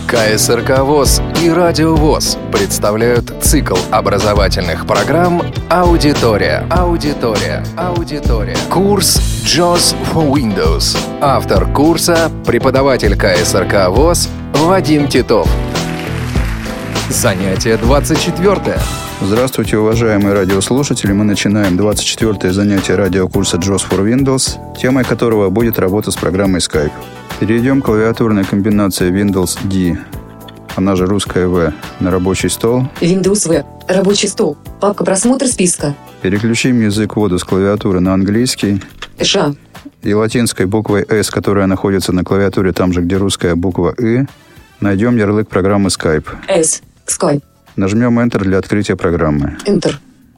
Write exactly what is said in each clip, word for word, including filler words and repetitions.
ка эс эр ка ВОС и Радио ВОС представляют цикл образовательных программ «Аудитория». Аудитория. Аудитория. Курс джоз for Windows. Автор курса – преподаватель ка эс эр ка ВОС Вадим Титов. Занятие двадцать четвёртое. Здравствуйте, уважаемые радиослушатели. Мы начинаем двадцать четвёртое занятие радиокурса джоз for Windows, темой которого будет работа с программой Skype. Перейдем к клавиатурной комбинации Windows D, она же русская V, на рабочий стол. Windows V, рабочий стол, папка «Просмотр списка». Переключим язык ввода с клавиатуры на английский. Ш. И латинской буквой S, которая находится на клавиатуре там же, где русская буква И, найдем ярлык программы Skype. S. Skype. Нажмем Enter для открытия программы. Enter.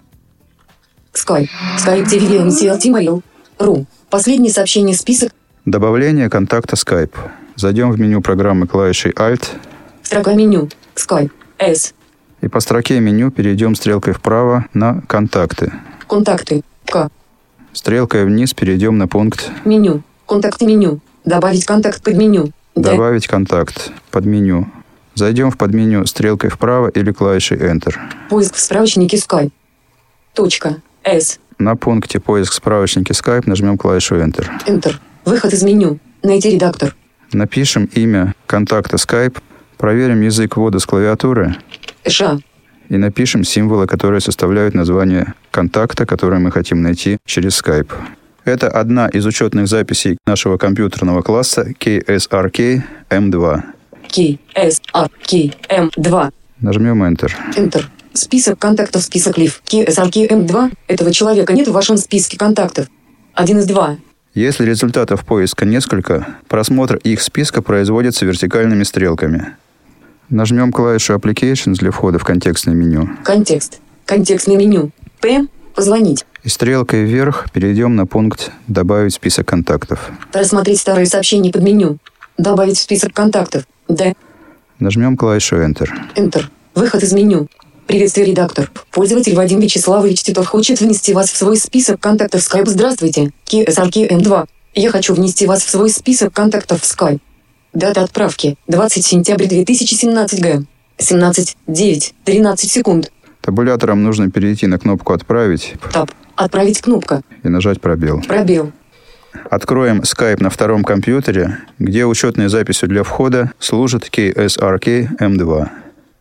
Skype. Skype ти ви эм си эл ти mail. ру. Последнее сообщение список. Добавление контакта Skype. Зайдем в меню программы клавишей Alt. Строка меню. Skype. S. И по строке меню перейдем стрелкой вправо на «Контакты». Контакты. К. Стрелкой вниз перейдем на пункт Меню. Контакты меню. Добавить контакт под меню. Д. «Добавить контакт» под меню. Зайдем в подменю стрелкой вправо или клавишей Enter. Поиск в справочнике Skype. Точка. S. На пункте «Поиск в справочнике Skype» нажмем клавишу Enter. Enter. Выход из меню. Найти редактор. Напишем имя контакта Skype, проверим язык ввода с клавиатуры Ш. и напишем символы, которые составляют название контакта, который мы хотим найти через Skype. Это одна из учетных записей нашего компьютерного класса кей эс ар кей эм два. кей эс ар кей эм два. Нажмем Enter. Enter. Список контактов, список лив. кей эс ар кей эм два. Этого человека нет в вашем списке контактов. Один из два. Если результатов поиска несколько, просмотр их списка производится вертикальными стрелками. Нажмем клавишу Applications для входа в контекстное меню. Контекст. Контекстное меню. П. Позвонить. И стрелкой вверх перейдем на пункт «Добавить список контактов». Рассмотреть старые сообщения под меню. Добавить в список контактов. Д. Нажмем клавишу Enter. Enter. Выход из меню. Приветствие, редактор. Пользователь Вадим Вячеславович Титов хочет внести вас в свой список контактов Skype. Здравствуйте. кей эс ар кей эм два. Я хочу внести вас в свой список контактов Skype. Дата отправки. двадцатое сентября две тысячи семнадцатого года. семнадцать девять тринадцать секунд. Табулятором нужно перейти на кнопку «Отправить». Таб. Отправить кнопка. И нажать пробел. Пробел. Откроем Skype на втором компьютере, где учетной записью для входа служит кей эс ар кей эм два.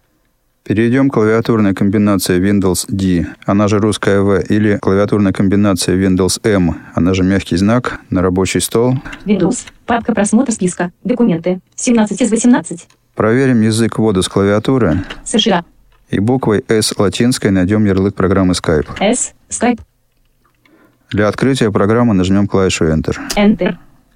Перейдем к клавиатурной комбинации Windows D, она же русская V, или клавиатурной комбинации Windows M, она же мягкий знак, на рабочий стол. Windows. Папка «Просмотр списка». Документы. семнадцать из восемнадцати. Проверим язык ввода с клавиатуры. США. И буквой S латинской найдем ярлык программы Skype. S. Skype. Для открытия программы нажмем клавишу Enter. Enter.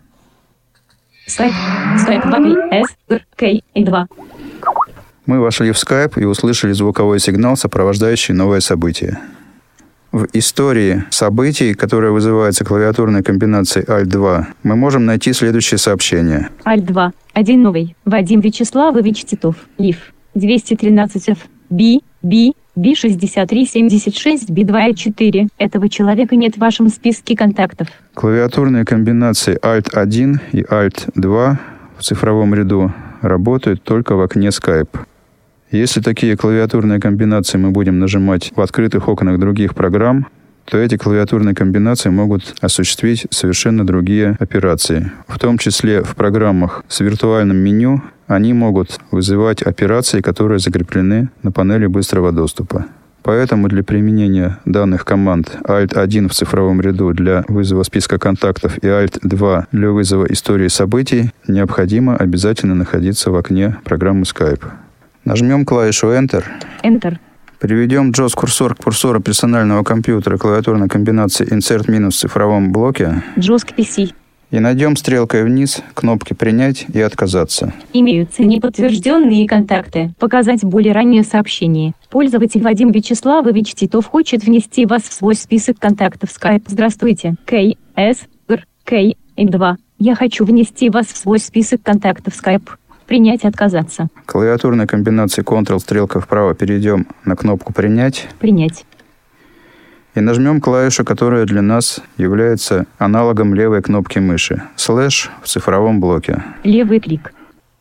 Skype. Skype два. S. R. K. И два. Мы вошли в Skype и услышали звуковой сигнал, сопровождающий новое событие. В истории событий, которая вызывается клавиатурной комбинацией Alt два, мы можем найти следующее сообщение. Alt два. Один новый. Вадим Вячеславович Титов. Лив. двести тринадцать F. B. B. B шестьдесят три семьдесят шесть B два и четыре. Этого человека нет в вашем списке контактов. Клавиатурные комбинации Alt один и Alt два в цифровом ряду работают только в окне Skype. Если такие клавиатурные комбинации мы будем нажимать в открытых окнах других программ, то эти клавиатурные комбинации могут осуществить совершенно другие операции. В том числе в программах с виртуальным меню они могут вызывать операции, которые закреплены на панели быстрого доступа. Поэтому для применения данных команд Alt один в цифровом ряду для вызова списка контактов и Alt два для вызова истории событий необходимо обязательно находиться в окне программы Skype. Нажмем клавишу Enter. Enter. Переведем джоз-курсор к курсору персонального компьютера клавиатурной комбинации Insert минус в цифровом блоке. джоз пи си. И найдем стрелкой вниз кнопки «Принять» и «Отказаться». Имеются неподтвержденные контакты. Показать более раннее сообщение. Пользователь Вадим Вячеславович Титов хочет внести вас в свой список контактов Skype. Здравствуйте. кей эс ар кей эм два. Я хочу внести вас в свой список контактов Skype. Принять, отказаться. Клавиатурной комбинацией Ctrl стрелка вправо перейдем на кнопку «Принять». Принять. И нажмем клавишу, которая для нас является аналогом левой кнопки мыши. Слэш в цифровом блоке. Левый клик.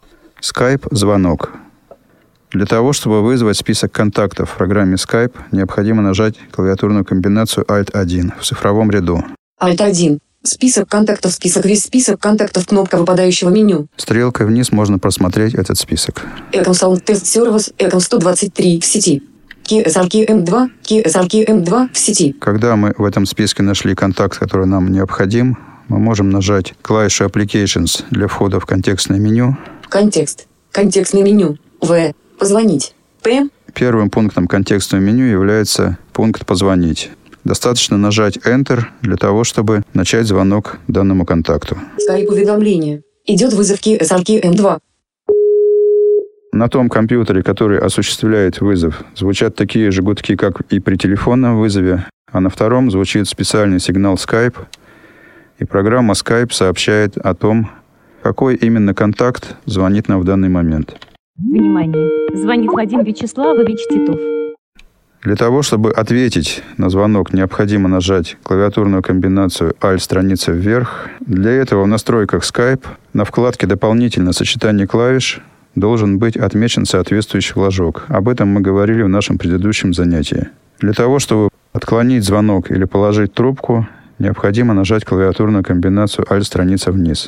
Skype – звонок. Для того, чтобы вызвать список контактов в программе Skype, необходимо нажать клавиатурную комбинацию Alt один в цифровом ряду. Alt один. Список контактов, список, весь список контактов, кнопка выпадающего меню. Стрелкой вниз можно просмотреть этот список. Ecom Sound Test Service, Ecom сто двадцать три в сети. Ки эс ар кей эм два, Ки эс ар кей эм два в сети. Когда мы в этом списке нашли контакт, который нам необходим, мы можем нажать клавишу Applications для входа в контекстное меню. Контекст. Контекстное меню. В. Позвонить. П. Первым пунктом контекстного меню является пункт «Позвонить». Достаточно нажать Enter для того, чтобы начать звонок данному контакту. Skype-уведомление. Идет вызов Ки эс ар кей эм два. На том компьютере, который осуществляет вызов, звучат такие же гудки, как и при телефонном вызове, а на втором звучит специальный сигнал Skype, и программа Skype сообщает о том, какой именно контакт звонит нам в данный момент. Внимание! Звонит Вадим Вячеславович Титов. Для того, чтобы ответить на звонок, необходимо нажать клавиатурную комбинацию Alt страница вверх. Для этого в настройках Skype на вкладке «Дополнительное сочетание клавиш» должен быть отмечен соответствующий флажок. Об этом мы говорили в нашем предыдущем занятии. Для того, чтобы отклонить звонок или положить трубку, необходимо нажать клавиатурную комбинацию Alt страница вниз.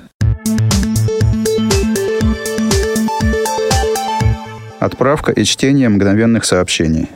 Отправка и чтение мгновенных сообщений.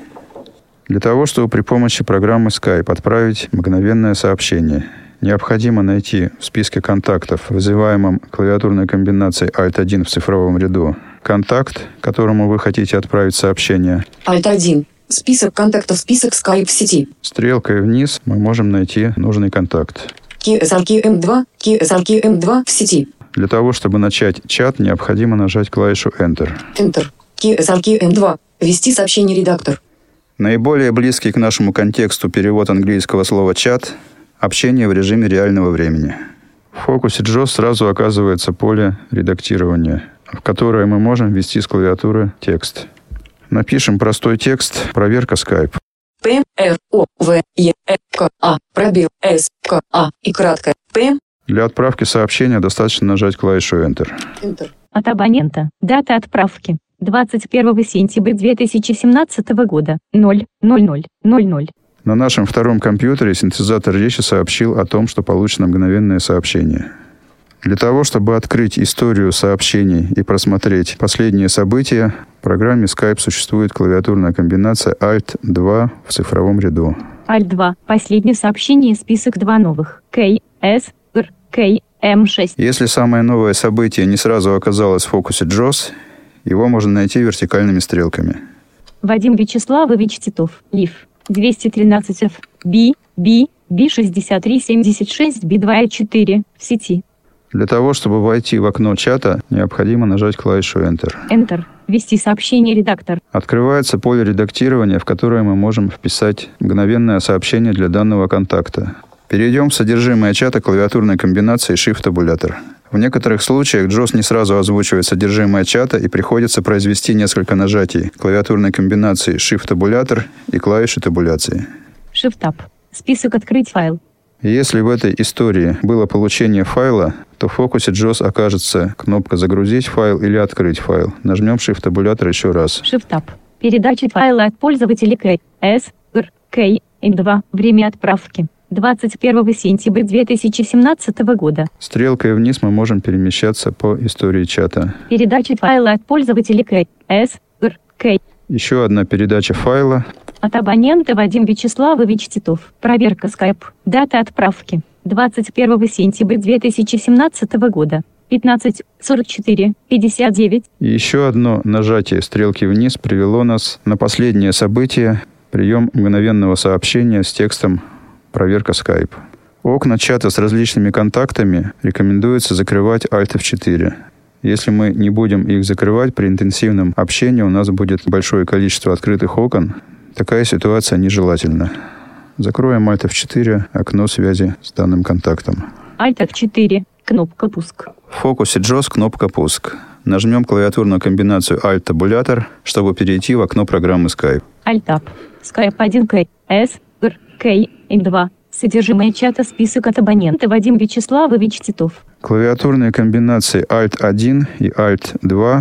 Для того, чтобы при помощи программы Skype отправить мгновенное сообщение, необходимо найти в списке контактов, вызываемом клавиатурной комбинацией Alt один в цифровом ряду, контакт, которому вы хотите отправить сообщение. Alt один. Список контактов, список Skype в сети. Стрелкой вниз мы можем найти нужный контакт. Ки эс ар кей эм два, Ки эс ар кей эм два в сети. Для того, чтобы начать чат, необходимо нажать клавишу Enter. Enter. Ки эс ар кей эм два. Ввести сообщение редактор. Наиболее близкий к нашему контексту перевод английского слова «чат» – общение в режиме реального времени. В фокусе джос сразу оказывается поле редактирования, в которое мы можем ввести с клавиатуры текст. Напишем простой текст «Проверка Skype». П, Р, О, В, Е, Э, К, А, пробел, С, К, А и кратко П. Для отправки сообщения достаточно нажать клавишу Enter. Enter. От абонента. Дата отправки. двадцать первого сентября две тысячи семнадцатого года. ноль ноль ноль ноль ноль. На нашем втором компьютере синтезатор речи сообщил о том, что получено мгновенное сообщение. Для того, чтобы открыть историю сообщений и просмотреть последние события, в программе Skype существует клавиатурная комбинация Alt два в цифровом ряду. Alt два. Последнее сообщение, список два новых. К, С, Р, К, М шесть. Если самое новое событие не сразу оказалось в фокусе джос, его можно найти вертикальными стрелками. Вадим Вячеславович Титов. Лив. двести тринадцать F. B. B. B шестьдесят три семьдесят шесть B два и четыре. В сети. Для того, чтобы войти в окно чата, необходимо нажать клавишу Enter. Enter. Ввести сообщение редактор. Открывается поле редактирования, в которое мы можем вписать мгновенное сообщение для данного контакта. Перейдем в содержимое чата клавиатурной комбинации Shift-табулятор. В некоторых случаях джос не сразу озвучивает содержимое чата и приходится произвести несколько нажатий клавиатурной комбинации Shift-табулятор и клавиши табуляции. Shift-таб. Список «Открыть файл». Если в этой истории было получение файла, то в фокусе джос окажется кнопка «Загрузить файл» или «Открыть файл». Нажмем Shift-табулятор еще раз. Shift-таб. Передача файла от пользователя К, С, Р, К, М два. Время отправки. двадцать первого сентября две тысячи семнадцатого года. Стрелкой вниз мы можем перемещаться по истории чата. Передача файла от пользователя К, С, Р, К. Еще одна передача файла. От абонента Вадим Вячеславович Титов. Проверка Skype. Дата отправки. двадцать первого сентября две тысячи семнадцатого года. пятнадцать сорок четыре пятьдесят девять. И еще одно нажатие стрелки вниз привело нас на последнее событие. Прием мгновенного сообщения с текстом «Проверка Skype». Окна чата с различными контактами рекомендуется закрывать Alt эф четыре. Если мы не будем их закрывать, при интенсивном общении у нас будет большое количество открытых окон. Такая ситуация нежелательна. Закроем Alt эф четыре, окно связи с данным контактом. Alt эф четыре, кнопка «Пуск». В фокусе джос кнопка «Пуск». Нажмем клавиатурную комбинацию Alt-табулятор, чтобы перейти в окно программы Skype. Alt-таб. Skype один К, С, Р, К, М два. Содержимое чата, список от абонента Вадим Вячеславович Титов. Клавиатурные комбинации Alt один и Alt два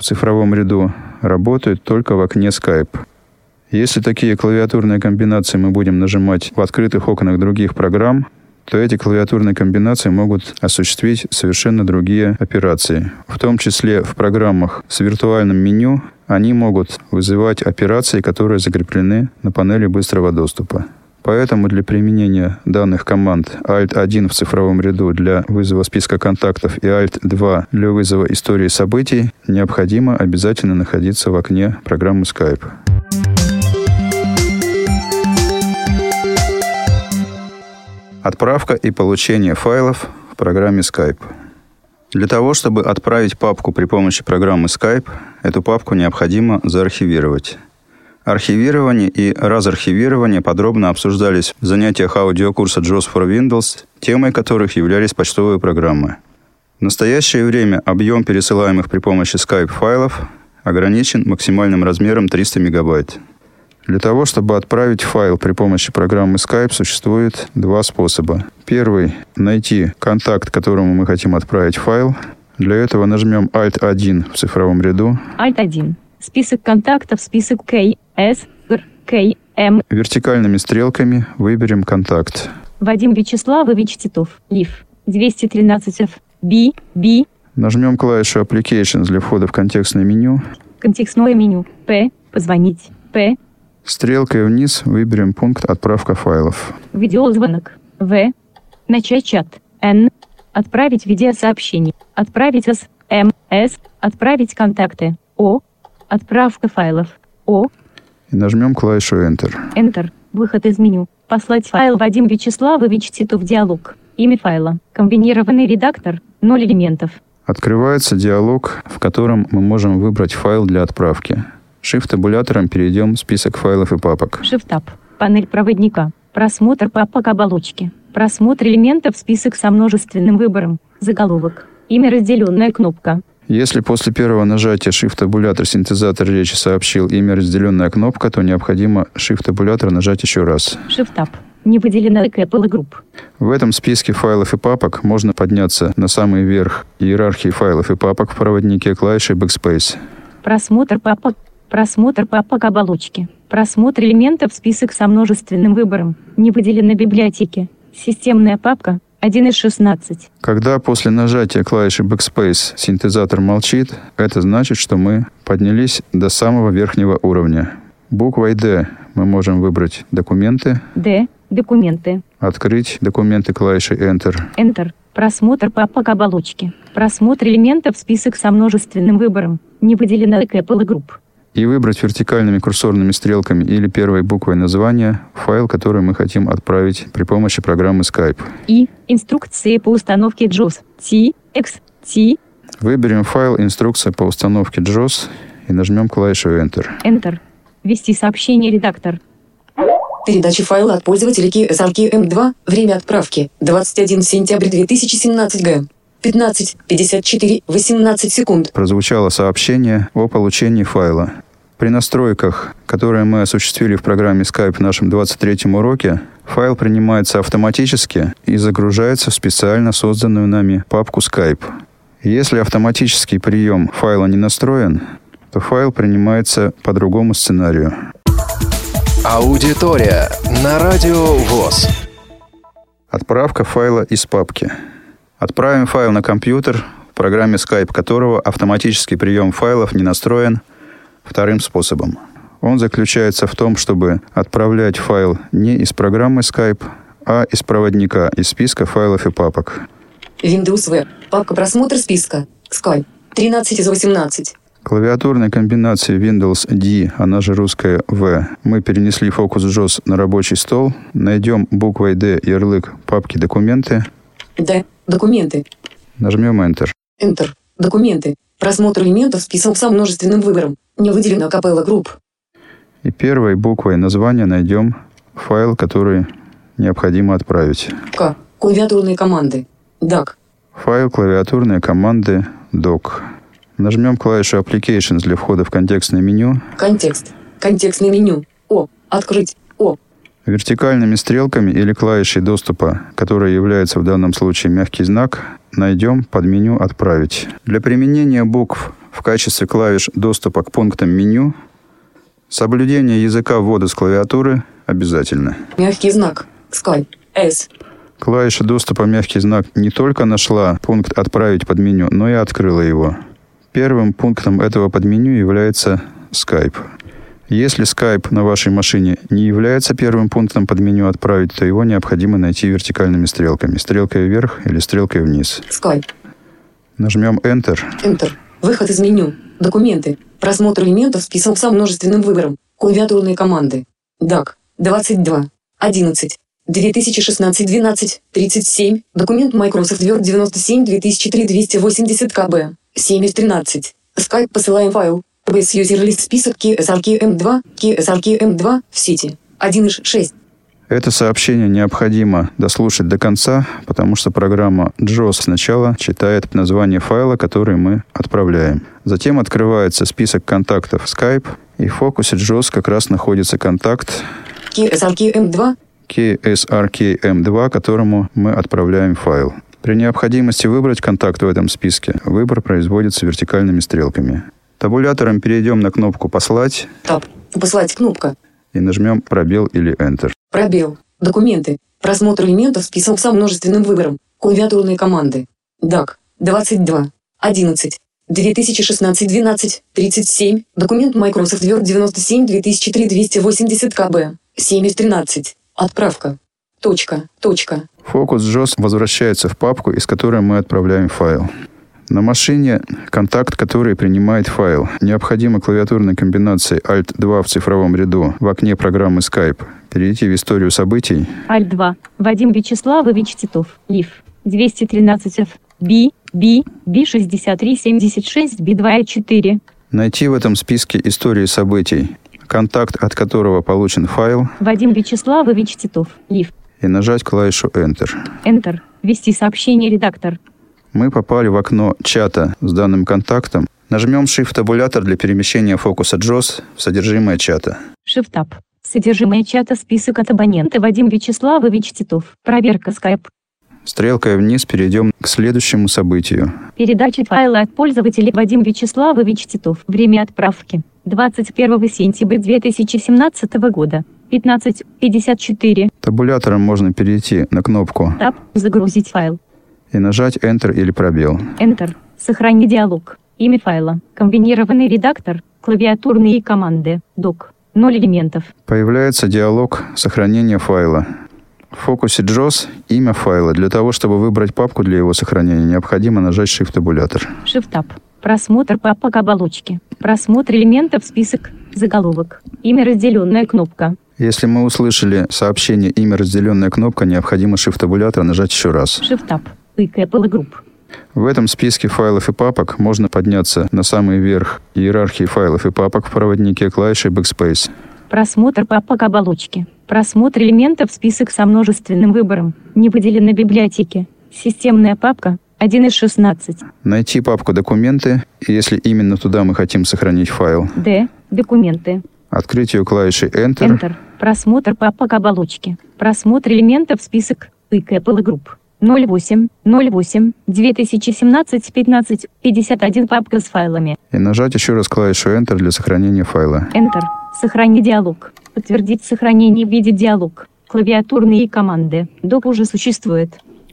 в цифровом ряду работают только в окне Skype. Если такие клавиатурные комбинации мы будем нажимать в открытых окнах других программ, то эти клавиатурные комбинации могут осуществить совершенно другие операции. В том числе в программах с виртуальным меню они могут вызывать операции, которые закреплены на панели быстрого доступа. Поэтому для применения данных команд альт один в цифровом ряду для вызова списка контактов и альт два для вызова истории событий необходимо обязательно находиться в окне программы Skype. Отправка и получение файлов в программе Skype. Для того, чтобы отправить папку при помощи программы Skype, эту папку необходимо заархивировать. Архивирование и разархивирование подробно обсуждались в занятиях аудиокурса джоус for Windows, темой которых являлись почтовые программы. В настоящее время объем пересылаемых при помощи Skype файлов ограничен максимальным размером триста мегабайт. Для того, чтобы отправить файл при помощи программы Skype, существует два способа. Первый – найти контакт, которому мы хотим отправить файл. Для этого нажмем альт один в цифровом ряду. альт один. Список контактов, список К, С, Р, К, М. Вертикальными стрелками выберем контакт. Вадим Вячеславович Титов, Лив, двести тринадцать эф, Би, Би. Нажмем клавишу Applications для входа в контекстное меню. Контекстное меню. П. Позвонить. П. Стрелкой вниз выберем пункт «Отправка файлов». Видеозвонок. В. Начать чат. Н. Отправить видеосообщение. Отправить С. М. С. Отправить контакты. О. Отправка файлов. О. И нажмем клавишу Enter. Enter. Выход из меню. Послать файл Вадим Вячеславович Титов. Диалог. Имя файла. Комбинированный редактор. Ноль элементов. Открывается диалог, в котором мы можем выбрать файл для отправки. Shift-табулятором перейдем в список файлов и папок. Shift-таб. Панель проводника. Просмотр папок оболочки. Просмотр элементов, список со множественным выбором. Заголовок. Имя, разделенная кнопка. Если после первого нажатия Shift-табулятор синтезатор речи сообщил имя, разделенная кнопка, то необходимо Shift-табулятор нажать еще раз. Shift-таб. Не выделена Apple Group. В этом списке файлов и папок можно подняться на самый верх иерархии файлов и папок в проводнике клавишей Backspace. Просмотр папок. Просмотр папок оболочки. Просмотр элементов, список со множественным выбором. Не выделены библиотеки. Системная папка один из шестнадцати. Когда после нажатия клавиши Backspace синтезатор молчит, это значит, что мы поднялись до самого верхнего уровня. Буквой D мы можем выбрать «Документы». D. Документы. Открыть документы клавишей Enter. Enter. Просмотр папок оболочки. Просмотр элементов, список со множественным выбором. Не выделена Apple Group. И выбрать вертикальными курсорными стрелками или первой буквой названия файл, который мы хотим отправить при помощи программы Skype. И инструкции по установке джоус. T, X, T. Выберем файл «Инструкция по установке джоус» и нажмем клавишу Enter. Enter. Ввести сообщение редактор. Передача файла от пользователя Ки эс ар Ки эм два. Время отправки двадцать один сентября две тысячи семнадцатого года. пятнадцать пятьдесят четыре восемнадцать секунд. Прозвучало сообщение о получении файла. При настройках, которые мы осуществили в программе Skype в нашем двадцать третьем уроке, файл принимается автоматически и загружается в специально созданную нами папку Skype. Если автоматический прием файла не настроен, то файл принимается по другому сценарию. Аудитория на Радио ВОС. Отправка файла из папки. Отправим файл на компьютер, в программе Skype которого автоматический прием файлов не настроен, вторым способом. Он заключается в том, чтобы отправлять файл не из программы Skype, а из проводника, из списка файлов и папок. Windows V. Папка «Просмотр списка». Skype. тринадцать из восемнадцати. Клавиатурной комбинации Windows D, она же русская V, мы перенесли фокус джоус на рабочий стол. Найдем буквой D ярлык папки «Документы». D. Документы. Нажмем Enter. Enter. Документы. Просмотр элементов, список со множественным выбором. Не выделена Capella Group. И первой буквой названия найдем файл, который необходимо отправить. К. Клавиатурные команды. дак. Файл клавиатурные команды doc. Нажмем клавишу Applications для входа в контекстное меню. Контекст. Контекстное меню. О. Открыть. О. Вертикальными стрелками или клавишей доступа, которая является в данном случае мягкий знак, найдем под меню «Отправить». Для применения букв в качестве клавиш доступа к пунктам меню соблюдение языка ввода с клавиатуры обязательно. Мягкий знак. Skype. S. Клавиша доступа «Мягкий знак» не только нашла пункт «Отправить» под меню, но и открыла его. Первым пунктом этого подменю является Skype. Если Skype на вашей машине не является первым пунктом под меню «Отправить», то его необходимо найти вертикальными стрелками. Стрелкой вверх или стрелкой вниз. Skype. Нажмем Enter. Enter. Выход из меню. Документы. Просмотр элементов список со множественным выбором. Клавиатурные команды. дак. двадцать два. одиннадцать. две тысячи шестнадцать двенадцать. тридцать семь. Документ Microsoft Word девяносто семь две тысячи три двести восемьдесят кб. семь из тринадцати. Skype посылаем файл. Base User List список кей эс ар кей эм два, кей эс ар кей эм два в сети. один из шести. Это сообщение необходимо дослушать до конца, потому что программа джос сначала читает название файла, который мы отправляем. Затем открывается список контактов Skype, и в фокусе джос как раз находится контакт кей эс ар кей эм два, кей эс ар кей эм два, которому мы отправляем файл. При необходимости выбрать контакт в этом списке, выбор производится вертикальными стрелками. Табулятором перейдем на кнопку «Послать». Таб. Послать кнопка. И нажмем пробел или Enter. Пробел. Документы. Просмотр элементов список со множественным выбором. Клавиатурные команды. дак. двадцать два. одиннадцать. две тысячи шестнадцать двенадцать. тридцать семь. Документ Microsoft Word девяносто семь две тысячи три двести восемьдесят кб. семь из тринадцати. Отправка. Точка. Точка. Фокус джос возвращается в папку, из которой мы отправляем файл. На машине контакт, который принимает файл. Необходимо клавиатурной комбинацией Alt два в цифровом ряду в окне программы Skype перейти в историю событий. Alt два. Вадим Вячеславович Титов. Лив. двести тринадцать эф. Би. Би. Би шестьдесят три семьдесят шесть. Би два и четыре. Найти в этом списке истории событий контакт, от которого получен файл. Вадим Вячеславович Титов. Лив. И нажать клавишу Enter. Enter. Ввести сообщение редактор. Мы попали в окно чата с данным контактом. Нажмем Shift-табулятор для перемещения фокуса джос в содержимое чата. Shift-таб. Содержимое чата. Список от абонента Вадим Вячеславович Титов. Проверка Skype. Стрелкой вниз перейдем к следующему событию. Передача файла от пользователя Вадим Вячеславович Титов. Время отправки. двадцать первого сентября две тысячи семнадцатого года. пятнадцать пятьдесят четыре. Табулятором можно перейти на кнопку Таб. Загрузить файл. И нажать Enter или пробел. Enter. Сохрани диалог. Имя файла. Комбинированный редактор. Клавиатурные команды. Док. Ноль элементов. Появляется диалог сохранения файла. В фокусе джос имя файла. Для того, чтобы выбрать папку для его сохранения, необходимо нажать Shift-табулятор. Shift-таб. Просмотр папок оболочки. Просмотр элементов список. Заголовок. Имя разделенная кнопка. Если мы услышали сообщение «Имя разделенная кнопка», необходимо Shift-табулятор нажать еще раз. Shift-таб. Apple Group. В этом списке файлов и папок можно подняться на самый верх иерархии файлов и папок в проводнике клавишей Backspace. Просмотр папок оболочки. Просмотр элементов список со множественным выбором. Не выделены библиотеки. Системная папка. один из шестнадцати. Найти папку «Документы», и если именно туда мы хотим сохранить файл. Д. Документы. Открыть ее клавишей Enter. Enter. Просмотр папок оболочки. Просмотр элементов список. Apple Group. ноль восемь ноль восемь две тысячи семнадцать пятнадцать пятьдесят один папка с файлами. И нажать еще раз клавишу Enter для сохранения файла. Enter. Сохрани диалог. Подтвердить сохранение в виде диалог. Клавиатурные команды. Док уже существует.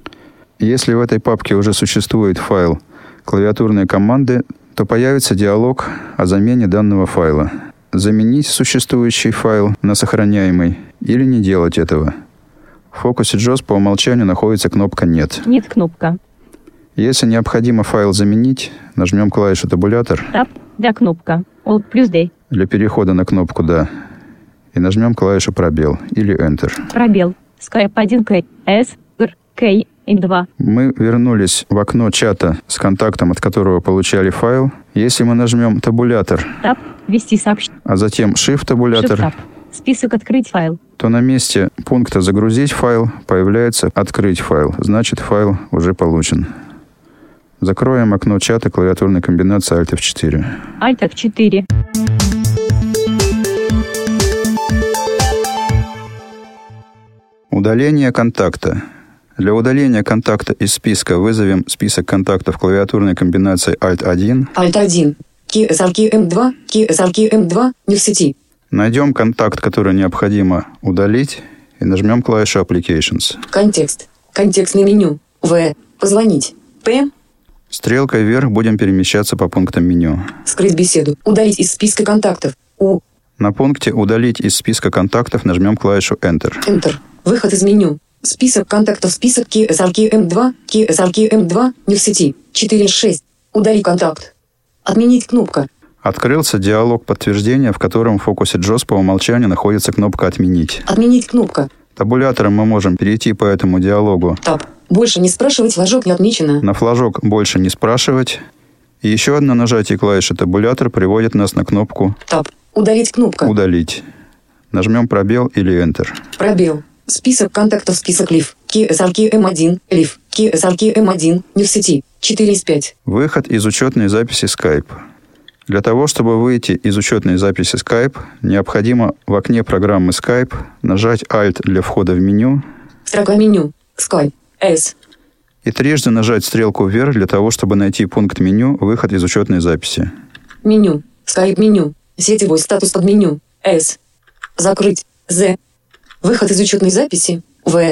Если в этой папке уже существует файл клавиатурные команды, то появится диалог о замене данного файла. Заменить существующий файл на сохраняемый или не делать этого. В фокусе джос по умолчанию находится кнопка «Нет». Нет кнопка. Если необходимо файл заменить, нажмем клавишу «Табулятор». Таб. Да кнопка. Alt плюс D. Для перехода на кнопку «Да». И нажмем клавишу «Пробел» или Enter. Пробел. Skype один К. S. Р. К. Н два. Мы вернулись в окно чата с контактом, от которого получали файл. Если мы нажмем «Табулятор», Таб. Ввести сообщение. а затем Shift-табулятор, Shift-таб. Список «Открыть файл». то на месте пункта «Загрузить файл» появляется «Открыть файл». Значит, файл уже получен. Закроем окно чата клавиатурной комбинации Alt эф четыре. Alt эф четыре. Удаление контакта. Для удаления контакта из списка вызовем список контактов клавиатурной комбинацией Alt один. Alt один. Ки эс ар ки эм два. Ки эс ар ки эм два. Не в сети. Найдем контакт, который необходимо удалить, и нажмем клавишу Applications. Контекст. Контекстное меню. В. Позвонить. П. Стрелкой вверх будем перемещаться по пунктам меню. Скрыть беседу. Удалить из списка контактов. У. На пункте «Удалить из списка контактов» нажмем клавишу Enter. Enter. Выход из меню. Список контактов. Список Ки эс ар ки эм два. Ки эс ар ки эм два. Не в сети. четыре из шесть. Удали контакт. Отменить кнопка. Открылся диалог подтверждения, в котором в фокусе джоус по умолчанию находится кнопка «Отменить». Отменить кнопка. Табулятором мы можем перейти по этому диалогу. Таб. Больше не спрашивать, флажок не отмечено. На флажок «Больше не спрашивать». И еще одно нажатие клавиши «Табулятор» приводит нас на кнопку Таб. Удалить кнопка. «Удалить». Нажмем пробел или Enter. Пробел. Список контактов. Список лив. Ки эс ар ки эм один. Лив. Ки эс ар ки эм один. Не в сети. четыре из пяти. Выход из учетной записи Skype. Для того, чтобы выйти из учетной записи Skype, необходимо в окне программы Skype нажать Alt для входа в меню. Строка меню. Skype. S. И трижды нажать стрелку вверх для того, чтобы найти пункт меню «Выход из учетной записи». Меню. Skype меню. Сетевой статус под меню. S. Закрыть. Z. Выход из учетной записи. В.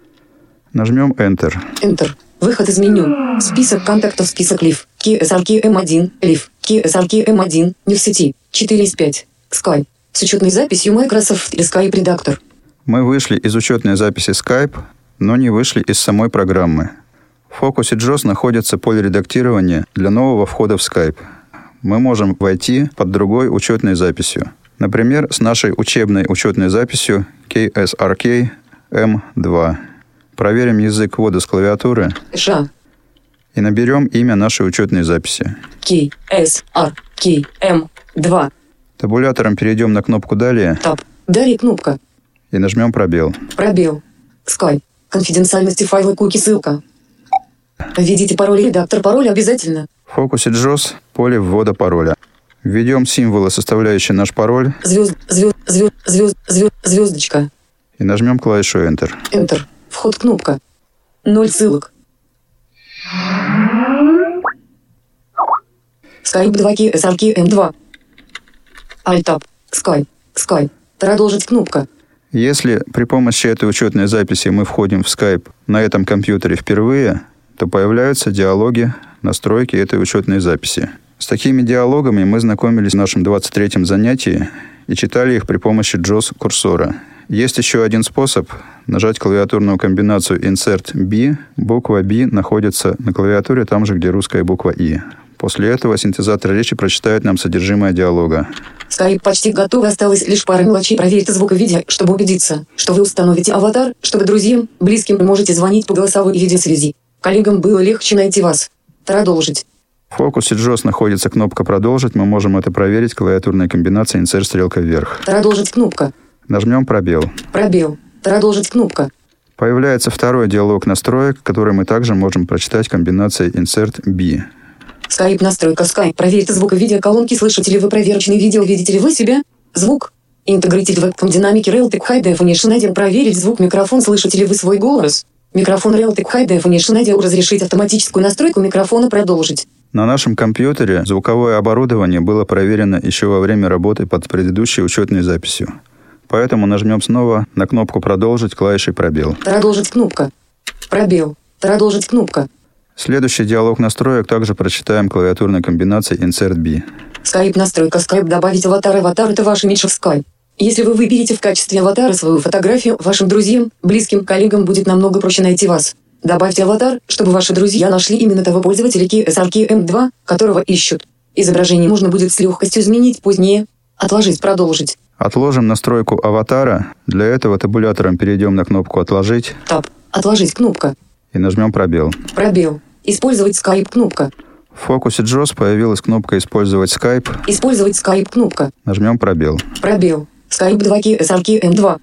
Нажмем Enter. Enter. Выход из меню. Список контактов. Список лив. Ки эс ар ки эм один. Лив. Ки эс ар ки эм один. Не в сети. четыре из пяти. Skype. С учетной записью Microsoft или Skype редактор. Мы вышли из учетной записи Skype, но не вышли из самой программы. В фокусе джоус находится поле редактирования для нового входа в Skype. Мы можем войти под другой учетной записью. Например, с нашей учебной учетной записью кей эс ар кей эм два. Проверим язык ввода с клавиатуры Ш. и наберем имя нашей учетной записи. Кей эс ар кей эм два. Табулятором перейдем на кнопку «Далее» Таб. Далее кнопка. и нажмем пробел. Пробел. Skype. Конфиденциальности файла куки ссылка. Введите пароль. Редактор пароля обязательно. В фокусе джоус поле ввода пароля. Введем символы, составляющие наш пароль, Звезд, звезд, звезд, звезд, звезд, звездочка. и нажмем клавишу Enter. Enter. Вход кнопка. Ноль ссылок. Skype два. Ки эс ар ки эм два. Alt-Tab. Skype. Skype. Продолжить кнопка. Если при помощи этой учетной записи мы входим в Skype на этом компьютере впервые, то появляются диалоги настройки этой учетной записи. С такими диалогами мы знакомились в нашем двадцать третьем занятии и читали их при помощи джоус-курсора. Есть еще один способ – нажать клавиатурную комбинацию Insert B. Буква B находится на клавиатуре там же, где русская буква И. После этого синтезатор речи прочитает нам содержимое диалога. Skype почти готов. Осталось лишь пара мелочей проверить звук и видео, чтобы убедиться, что вы установите аватар, чтобы друзьям, близким можете звонить по голосовой и видеосвязи. Коллегам было легче найти вас. Продолжить. В фокусе джоус находится кнопка «Продолжить». Мы можем это проверить клавиатурной комбинацией Insert стрелка вверх. Продолжить кнопка. Нажмем пробел. Пробел. Продолжить кнопка. Появляется второй диалог настроек, который мы также можем прочитать комбинацией Insert B. Skype настройка Skype. Проверьте звук и видео колонки. Слышите ли вы проверочное видео? Видите ли вы себя? Звук. Интегритель вебкам динамики Realtek High Definition один. Проверить звук. Микрофон. Слышите ли вы свой голос? Микрофон Realtek High Definition один. Разрешить автоматическую настройку микрофона. Продолжить. На нашем компьютере звуковое оборудование было проверено еще во время работы под предыдущей учетной записью. Поэтому нажмем снова на кнопку «Продолжить» клавишей «Пробел». Продолжить кнопка. Пробел. Продолжить кнопка. Следующий диалог настроек также прочитаем клавиатурной комбинацией Insert B. Skype настройка Skype. Добавить аватар. Аватар — это ваш имидж в Skype. Если вы выберете в качестве аватара свою фотографию, вашим друзьям, близким, коллегам будет намного проще найти вас. Добавьте аватар, чтобы ваши друзья нашли именно того пользователя Ки эс ар ки эм два, которого ищут. Изображение можно будет с легкостью изменить позднее. Отложить. Продолжить. Отложим настройку аватара. Для этого табулятором перейдем на кнопку «Отложить» Таб. Отложить кнопка. и нажмем пробел. Пробел. Использовать Skype кнопка. В фокусе джоус появилась кнопка «Использовать Skype». Использовать Skype кнопка. Нажмем пробел. Пробел. Skype два. Ки эс ар ки эм два.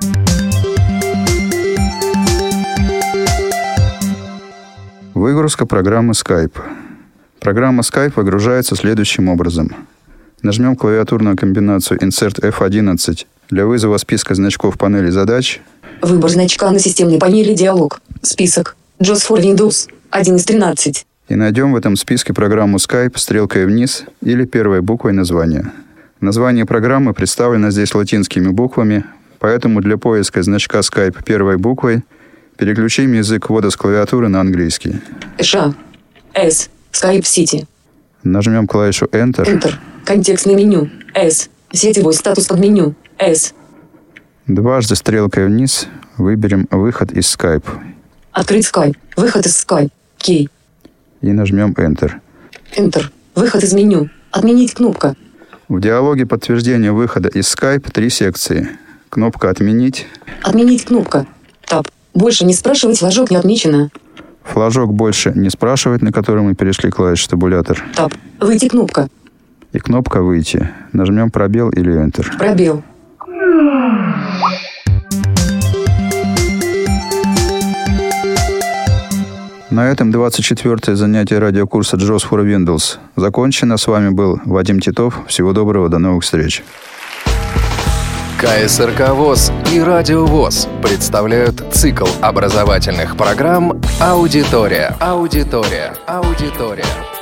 Выгрузка программы Skype. Программа Skype выгружается следующим образом. Нажмем клавиатурную комбинацию Insert эф одиннадцать Для вызова списка значков панели задач. Выбор значка на системной панели «Диалог». Список. джос for Windows. один из тринадцати. И найдем в этом списке программу Skype стрелкой вниз или первой буквой названия. Название программы представлено здесь латинскими буквами, поэтому для поиска значка Skype первой буквой переключим язык ввода с клавиатуры на английский. Ш. С. Skype City. Нажмем клавишу Enter. Enter. Контекстное меню. С. Сетевой статус под меню. С. Дважды стрелкой вниз выберем выход из Skype. Открыть Skype. Выход из Skype. Кей. И нажмем Enter. Enter. Выход из меню. Отменить кнопка. В диалоге подтверждения выхода из Skype три секции. Кнопка «Отменить». Отменить кнопка. Таб. Больше не спрашивать, флажок не отмечено. Флажок «Больше не спрашивать», на который мы перешли клавишу табулятор. Таб. Выйти кнопка. И кнопка «Выйти». Нажмем пробел или Enter. Пробел. На этом двадцать четвёртое занятие радиокурса джос for Windows закончено. С вами был Вадим Титов. Всего доброго, до новых встреч. КСРК ВОС и Радио ВОС представляют цикл образовательных программ «Аудитория». Аудитория. Аудитория.